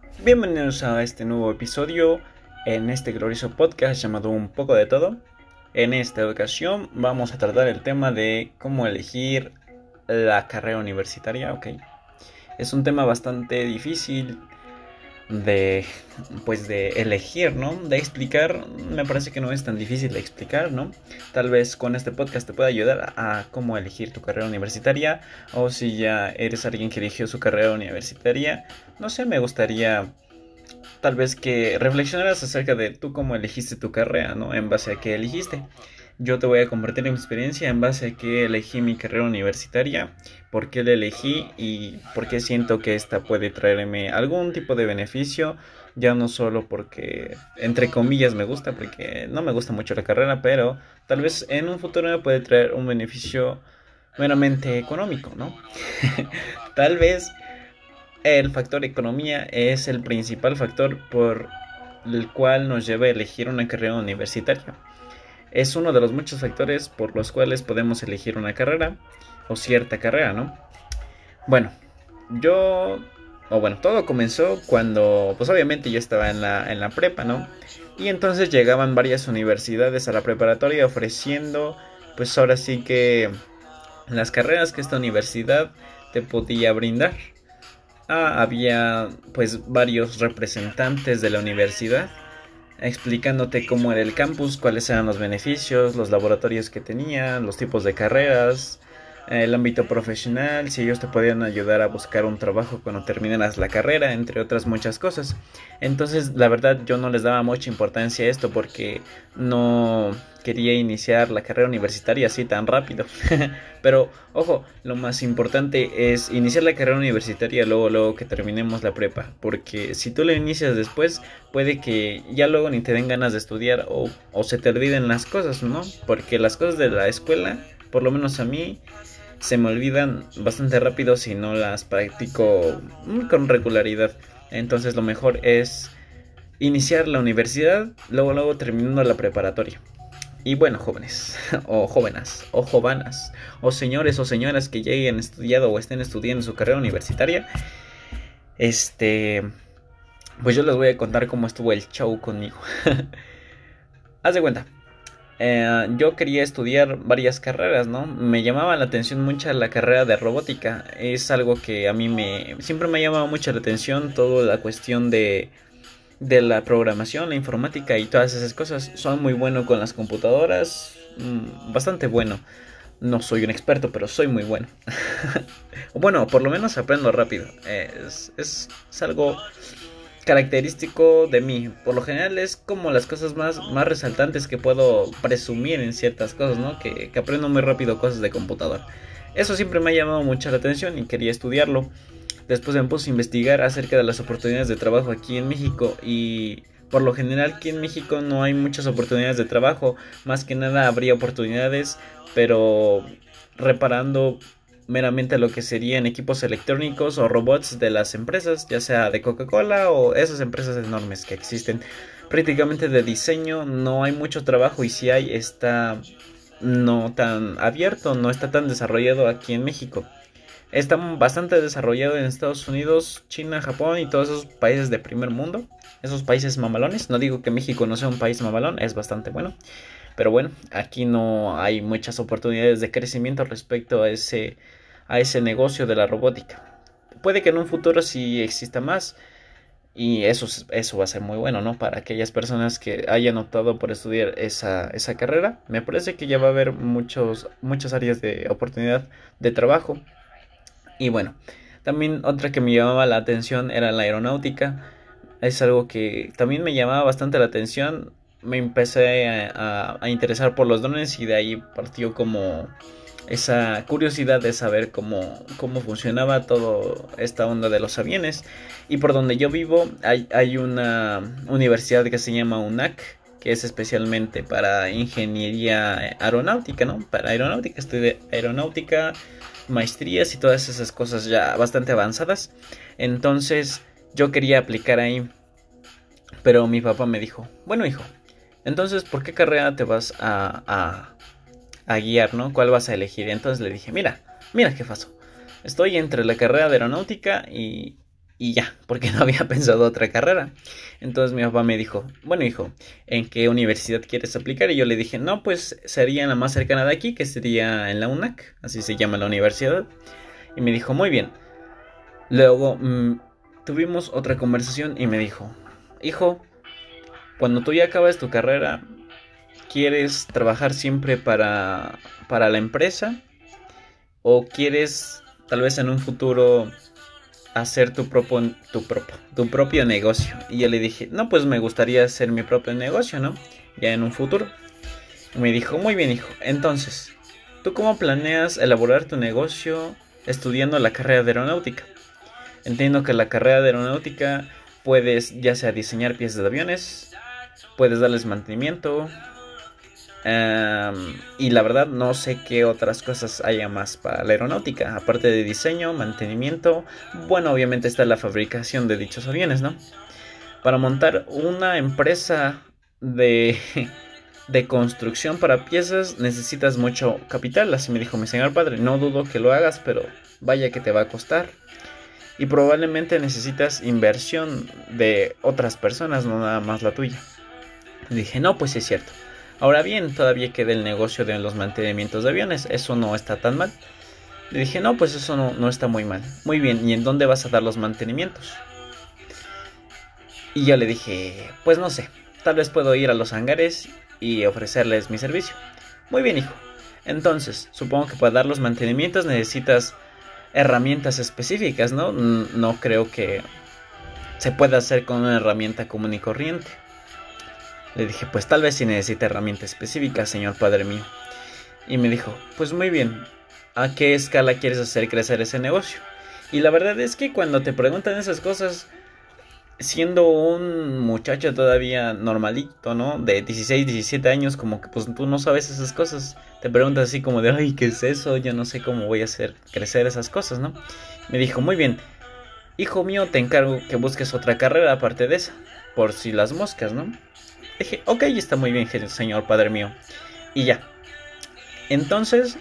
Bienvenidos a este nuevo episodio en este glorioso podcast llamado Un poco de todo. En esta ocasión vamos a tratar el tema de cómo elegir la carrera universitaria, ok. Es un tema bastante difícil de, de elegir, ¿no? De explicar, me parece que no es tan difícil de explicar, ¿no? Tal vez con este podcast te pueda ayudar a cómo elegir tu carrera universitaria, o si ya eres alguien que eligió su carrera universitaria, no sé, me gustaría tal vez que reflexionaras acerca de tú cómo elegiste tu carrera, ¿no? En base a qué elegiste. Yo te voy a compartir mi experiencia en base a que elegí mi carrera universitaria, por qué la elegí y por qué siento que esta puede traerme algún tipo de beneficio, ya no solo porque, entre comillas, me gusta, porque no me gusta mucho la carrera, pero tal vez en un futuro me puede traer un beneficio meramente económico, ¿no? Tal vez el factor economía es el principal factor por el cual nos lleva a elegir una carrera universitaria. Es uno de los muchos factores por los cuales podemos elegir una carrera o cierta carrera, ¿no? Bueno, yo, todo comenzó cuando, pues obviamente yo estaba en la prepa, ¿no? Y entonces llegaban varias universidades a la preparatoria ofreciendo, pues ahora sí que las carreras que esta universidad te podía brindar. Había pues varios representantes de la universidad explicándote cómo era el campus, cuáles eran los beneficios, los laboratorios que tenían, los tipos de carreras, el ámbito profesional, si ellos te podían ayudar a buscar un trabajo cuando terminaras la carrera, entre otras muchas cosas. Entonces, la verdad, yo no les daba mucha importancia a esto porque no quería iniciar la carrera universitaria así tan rápido. Pero, ojo, lo más importante es iniciar la carrera universitaria luego que terminemos la prepa. Porque si tú la inicias después, puede que ya luego ni te den ganas de estudiar o se te olviden las cosas, ¿no? Porque las cosas de la escuela, por lo menos a mí, se me olvidan bastante rápido si no las practico con regularidad. Entonces lo mejor es iniciar la universidad, luego terminando la preparatoria. Y bueno, jóvenes, o jóvenes, o jovanas, o señores o señoras que ya hayan estudiado o estén estudiando su carrera universitaria, este, pues yo les voy a contar cómo estuvo el show conmigo. Haz de cuenta, yo quería estudiar varias carreras, ¿no? Me llamaba la atención mucho la carrera de robótica. Es algo que a mí siempre me ha llamado mucho la atención, toda la cuestión de la programación, la informática y todas esas cosas. Soy muy bueno con las computadoras, bastante bueno. No soy un experto, pero soy muy bueno. Bueno, por lo menos aprendo rápido. Es algo característico de mí. Por lo general es como las cosas más resaltantes que puedo presumir en ciertas cosas, ¿no? Que aprendo muy rápido cosas de computador. Eso siempre me ha llamado mucho la atención y quería estudiarlo. Después me puse a investigar acerca de las oportunidades de trabajo aquí en México y por lo general aquí en México no hay muchas oportunidades de trabajo. Más que nada habría oportunidades, pero reparando meramente lo que serían equipos electrónicos o robots de las empresas, ya sea de Coca-Cola o esas empresas enormes que existen. Prácticamente de diseño no hay mucho trabajo y si hay está no tan abierto, no está tan desarrollado aquí en México. Está bastante desarrollado en Estados Unidos, China, Japón y todos esos países de primer mundo. Esos países mamalones. No digo que México no sea un país mamalón, es bastante bueno. Pero bueno, aquí no hay muchas oportunidades de crecimiento respecto a ese negocio de la robótica. Puede que en un futuro sí exista más. Y eso va a ser muy bueno, ¿no? Para aquellas personas que hayan optado por estudiar esa carrera. Me parece que ya va a haber muchas áreas de oportunidad de trabajo. Y bueno, también otra que me llamaba la atención era la aeronáutica. Es algo que también me llamaba bastante la atención. Me empecé a interesar por los drones y de ahí partió como esa curiosidad de saber cómo funcionaba toda esta onda de los aviones. Y por donde yo vivo hay una universidad que se llama UNAC, que es especialmente para ingeniería aeronáutica, ¿no? Para aeronáutica, estudio aeronáutica, maestrías y todas esas cosas ya bastante avanzadas. Entonces yo quería aplicar ahí, pero mi papá me dijo, bueno hijo, entonces ¿por qué carrera te vas a guiar, ¿no? ¿Cuál vas a elegir? Entonces le dije, mira, jefazo, estoy entre la carrera de aeronáutica y ya, porque no había pensado otra carrera. Entonces mi papá me dijo, bueno hijo, ¿en qué universidad quieres aplicar? Y yo le dije, no, pues sería la más cercana de aquí, que sería en la UNAC, así se llama la universidad. Y me dijo, muy bien. Luego tuvimos otra conversación y me dijo, hijo, cuando tú ya acabas tu carrera, ¿quieres trabajar siempre para la empresa? ¿O quieres tal vez en un futuro hacer tu propio negocio? Y yo le dije, no, pues me gustaría hacer mi propio negocio, ¿no? Ya en un futuro. Y me dijo, muy bien hijo, entonces, ¿tú cómo planeas elaborar tu negocio estudiando la carrera de aeronáutica? Entiendo que la carrera de aeronáutica puedes ya sea diseñar piezas de aviones, puedes darles mantenimiento, y la verdad no sé qué otras cosas haya más para la aeronáutica, aparte de diseño, mantenimiento. Bueno, obviamente está la fabricación de dichos aviones, ¿no? Para montar una empresa de, de construcción para piezas necesitas mucho capital, así me dijo mi señor padre. No dudo que lo hagas, pero vaya que te va a costar. Y probablemente necesitas inversión de otras personas, no nada más la tuya. Y dije, no, pues sí es cierto. Ahora bien, todavía queda el negocio de los mantenimientos de aviones, eso no está tan mal. Le dije, no, pues eso no está muy mal. Muy bien, ¿y en dónde vas a dar los mantenimientos? Y yo le dije, pues no sé, tal vez puedo ir a los hangares y ofrecerles mi servicio. Muy bien, hijo. Entonces, supongo que para dar los mantenimientos necesitas herramientas específicas, ¿no? No creo que se pueda hacer con una herramienta común y corriente. Le dije, pues tal vez sí necesita herramienta específica, señor padre mío. Y me dijo, pues muy bien, ¿a qué escala quieres hacer crecer ese negocio? Y la verdad es que cuando te preguntan esas cosas, siendo un muchacho todavía normalito, ¿no? De 16, 17 años, como que pues tú no sabes esas cosas. Te preguntas así como de, ay, ¿qué es eso? Yo no sé cómo voy a hacer crecer esas cosas, ¿no? Me dijo, muy bien, hijo mío, te encargo que busques otra carrera aparte de esa, por si las moscas, ¿no? Dije, ok, está muy bien, señor padre mío. Y ya. Entonces,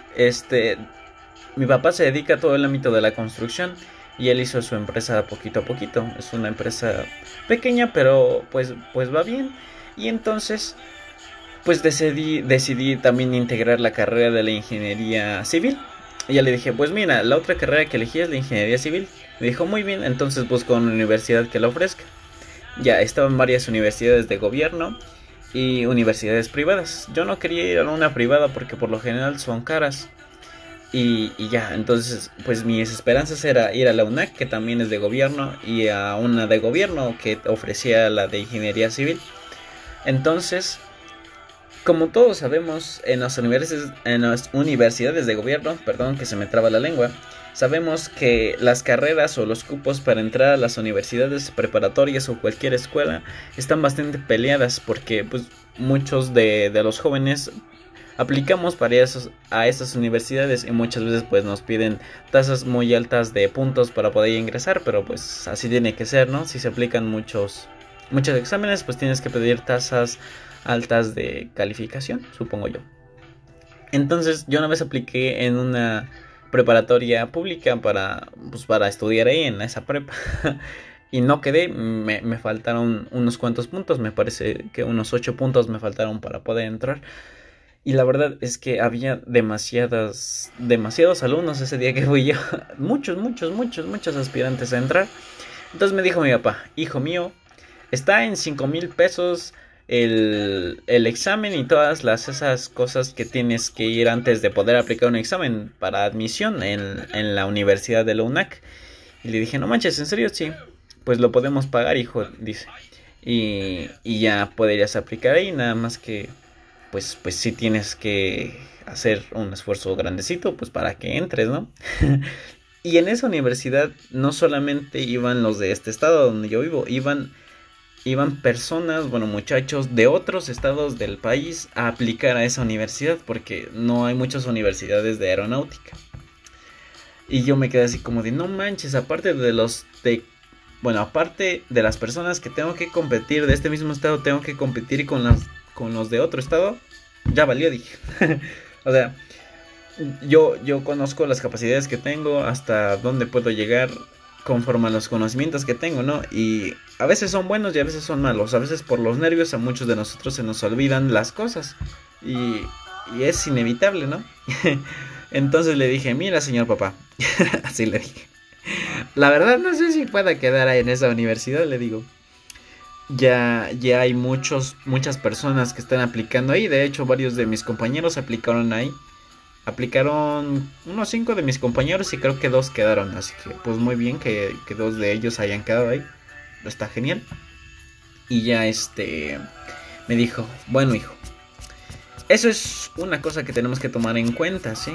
mi papá se dedica a todo el ámbito de la construcción y él hizo su empresa poquito a poquito. Es una empresa pequeña, pero pues va bien. Y entonces, pues decidí también integrar la carrera de la ingeniería civil. Y ya le dije, pues mira, la otra carrera que elegí es la ingeniería civil. Me dijo, muy bien, entonces busco una universidad que la ofrezca. Ya estaban varias universidades de gobierno y universidades privadas. Yo no quería ir a una privada porque por lo general son caras. Y ya, entonces pues mis esperanzas era ir a la UNAC, que también es de gobierno, y a una de gobierno que ofrecía la de ingeniería civil. Entonces, como todos sabemos, en las universidades de gobierno, perdón que se me traba la lengua, sabemos que las carreras o los cupos para entrar a las universidades preparatorias o cualquier escuela están bastante peleadas porque pues muchos de los jóvenes aplicamos a esas universidades y muchas veces pues nos piden tasas muy altas de puntos para poder ingresar, pero pues así tiene que ser, ¿no? Si se aplican muchos exámenes, pues tienes que pedir tasas altas de calificación, supongo yo. Entonces yo una vez apliqué en una preparatoria pública para estudiar ahí en esa prepa y no quedé, me faltaron unos cuantos puntos, me parece que unos 8 puntos me faltaron para poder entrar. Y la verdad es que había demasiados alumnos ese día que fui yo. Muchos aspirantes a entrar. Entonces me dijo mi papá, hijo mío, está en 5,000 pesos el examen y todas esas cosas que tienes que ir antes de poder aplicar un examen para admisión en la universidad de la UNAC. Y le dije, no manches, ¿en serio? Sí, pues lo podemos pagar, hijo, dice. Y ya podrías aplicar ahí, nada más que pues sí tienes que hacer un esfuerzo grandecito pues para que entres, ¿no? Y en esa universidad no solamente iban los de este estado donde yo vivo, iban personas, bueno, muchachos de otros estados del país a aplicar a esa universidad porque no hay muchas universidades de aeronáutica. Y yo me quedé así como de, no manches, aparte de las personas que tengo que competir de este mismo estado, tengo que competir con los de otro estado, ya valió, dije. O sea, yo conozco las capacidades que tengo, hasta dónde puedo llegar, conforme a los conocimientos que tengo, ¿no? Y a veces son buenos y a veces son malos. A veces por los nervios a muchos de nosotros se nos olvidan las cosas. Y es inevitable, ¿no? Entonces le dije, mira, señor papá. Así le dije. La verdad no sé si pueda quedar ahí en esa universidad, le digo. Ya hay muchas personas que están aplicando ahí. De hecho, varios de mis compañeros aplicaron ahí. Aplicaron unos 5 de mis compañeros y creo que 2 quedaron. Así que pues muy bien que 2 de ellos hayan quedado ahí. Está genial. Y ya me dijo, bueno hijo, eso es una cosa que tenemos que tomar en cuenta, ¿sí?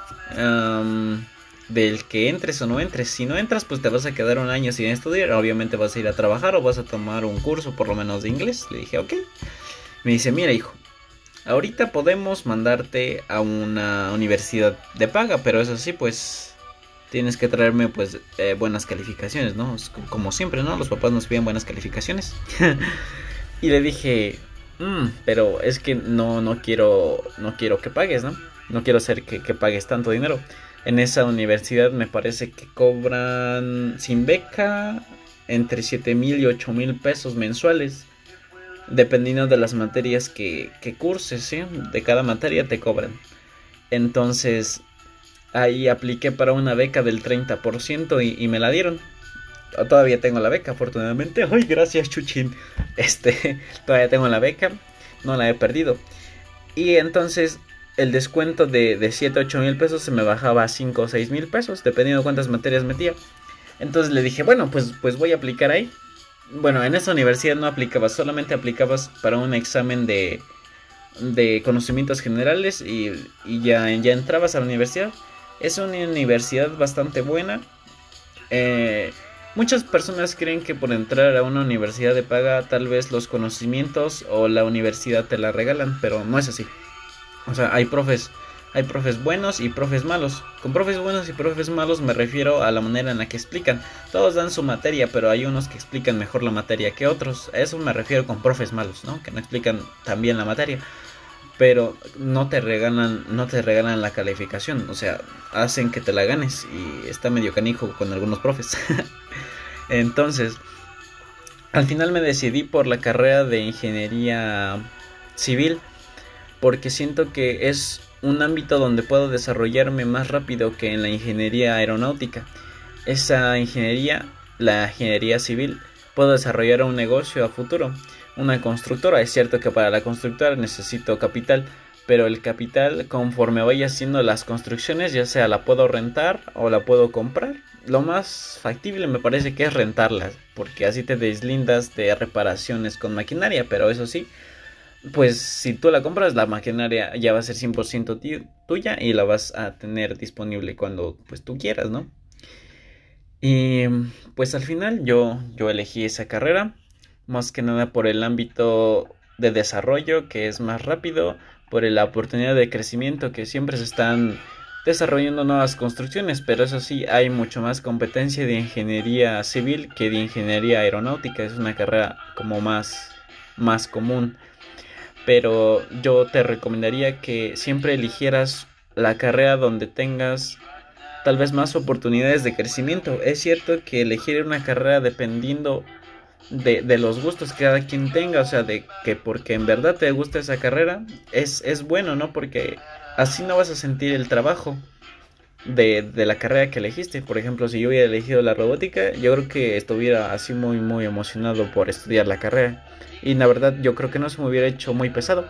Del que entres o no entres. Si no entras, pues te vas a quedar un año sin estudiar. Obviamente vas a ir a trabajar o vas a tomar un curso por lo menos de inglés. Le dije, ok. Me dice, mira hijo, ahorita podemos mandarte a una universidad de paga, pero eso sí, pues tienes que traerme pues buenas calificaciones, ¿no? Como siempre, ¿no? Los papás nos piden buenas calificaciones. Y le dije, pero es que no quiero que pagues, ¿no? No quiero hacer que pagues tanto dinero. En esa universidad me parece que cobran sin beca entre 7,000 y 8,000 pesos mensuales. Dependiendo de las materias que curses, ¿sí? De cada materia te cobran. Entonces ahí apliqué para una beca del 30% y me la dieron. Todavía tengo la beca, afortunadamente. ¡Ay, gracias, Chuchín! Todavía tengo la beca, no la he perdido. Y entonces el descuento de 7, 8 mil pesos se me bajaba a 5 o 6 mil pesos, dependiendo de cuántas materias metía. Entonces le dije, bueno, pues voy a aplicar ahí. Bueno, en esa universidad no aplicabas, solamente aplicabas para un examen de conocimientos generales y ya entrabas a la universidad. Es una universidad bastante buena. Muchas personas creen que por entrar a una universidad de paga tal vez los conocimientos o la universidad te la regalan, pero no es así. O sea, hay profes buenos y profes malos. Con profes buenos y profes malos me refiero a la manera en la que explican. Todos dan su materia, pero hay unos que explican mejor la materia que otros. A eso me refiero con profes malos, ¿no? Que no explican tan bien la materia, pero no te regalan la calificación. O sea, hacen que te la ganes y está medio canijo con algunos profes. Entonces, al final me decidí por la carrera de ingeniería civil, porque siento que es un ámbito donde puedo desarrollarme más rápido que en la ingeniería aeronáutica. Esa ingeniería, la ingeniería civil, puedo desarrollar un negocio a futuro, una constructora. Es cierto que para la constructora necesito capital, pero el capital, conforme vaya haciendo las construcciones, ya sea la puedo rentar o la puedo comprar. Lo más factible me parece que es rentarlas, porque así te deslindas de reparaciones con maquinaria, pero eso sí, pues si tú la compras, la maquinaria ya va a ser 100% tuya y la vas a tener disponible cuando pues tú quieras, ¿no? Y pues al final yo elegí esa carrera, más que nada por el ámbito de desarrollo que es más rápido, por la oportunidad de crecimiento que siempre se están desarrollando nuevas construcciones, pero eso sí, hay mucho más competencia de ingeniería civil que de ingeniería aeronáutica. Es una carrera como más común. Pero yo te recomendaría que siempre eligieras la carrera donde tengas tal vez más oportunidades de crecimiento. Es cierto que elegir una carrera dependiendo de los gustos que cada quien tenga, o sea, de que porque en verdad te gusta esa carrera, es bueno, ¿no? Porque así no vas a sentir el trabajo de la carrera que elegiste. Por ejemplo, si yo hubiera elegido la robótica, yo creo que estuviera así muy emocionado por estudiar la carrera. Y la verdad yo creo que no se me hubiera hecho muy pesado.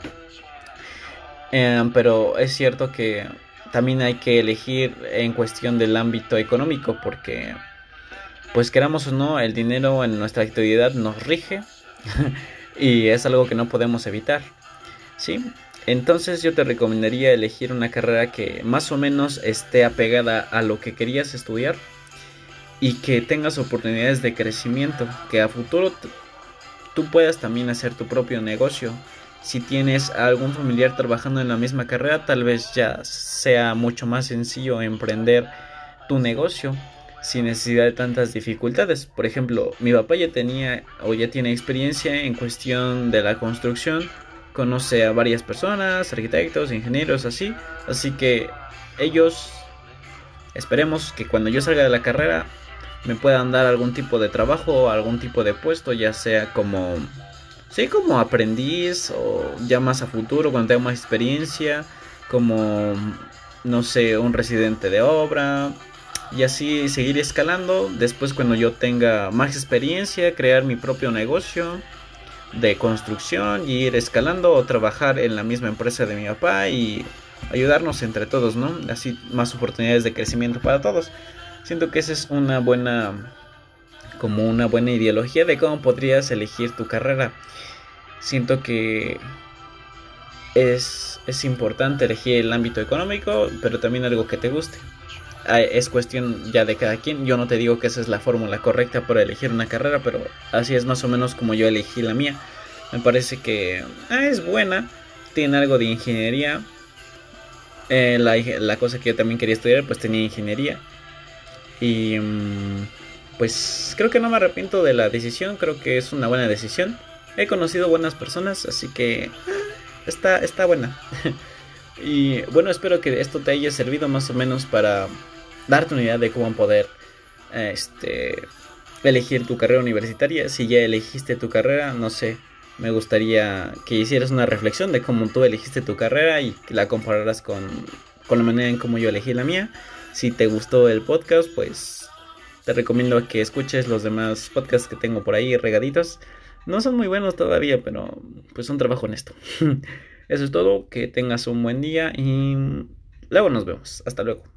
Pero es cierto que también hay que elegir en cuestión del ámbito económico, porque pues queramos o no, el dinero en nuestra actividad nos rige y es algo que no podemos evitar, ¿sí? Entonces yo te recomendaría elegir una carrera que más o menos esté apegada a lo que querías estudiar y que tengas oportunidades de crecimiento, que a futuro tú puedas también hacer tu propio negocio. Si tienes a algún familiar trabajando en la misma carrera, tal vez ya sea mucho más sencillo emprender tu negocio sin necesidad de tantas dificultades. Por ejemplo, mi papá ya tiene experiencia en cuestión de la construcción, conoce a varias personas, arquitectos, ingenieros, así que ellos, esperemos que cuando yo salga de la carrera me puedan dar algún tipo de trabajo o algún tipo de puesto, ya sea como, sí, como aprendiz o ya más a futuro, cuando tenga más experiencia, como, no sé, un residente de obra, y así seguir escalando. Después, cuando yo tenga más experiencia, crear mi propio negocio de construcción y ir escalando o trabajar en la misma empresa de mi papá y ayudarnos entre todos, ¿no? Así más oportunidades de crecimiento para todos. Siento que esa es una buena, como una buena ideología de cómo podrías elegir tu carrera. Siento que es importante elegir el ámbito económico, pero también algo que te guste. Es cuestión ya de cada quien. Yo no te digo que esa es la fórmula correcta para elegir una carrera, pero así es más o menos como yo elegí la mía. Me parece que es buena, tiene algo de ingeniería. La cosa que yo también quería estudiar, pues tenía ingeniería. Y pues creo que no me arrepiento de la decisión, creo que es una buena decisión. He conocido buenas personas, así que está buena. Y bueno, espero que esto te haya servido más o menos para darte una idea de cómo poder este elegir tu carrera universitaria. Si ya elegiste tu carrera, no sé, me gustaría que hicieras una reflexión de cómo tú elegiste tu carrera y que la compararas con la manera en cómo yo elegí la mía. Si te gustó el podcast, pues te recomiendo que escuches los demás podcasts que tengo por ahí regaditos. No son muy buenos todavía, pero pues un trabajo honesto. Eso es todo, que tengas un buen día y luego nos vemos. Hasta luego.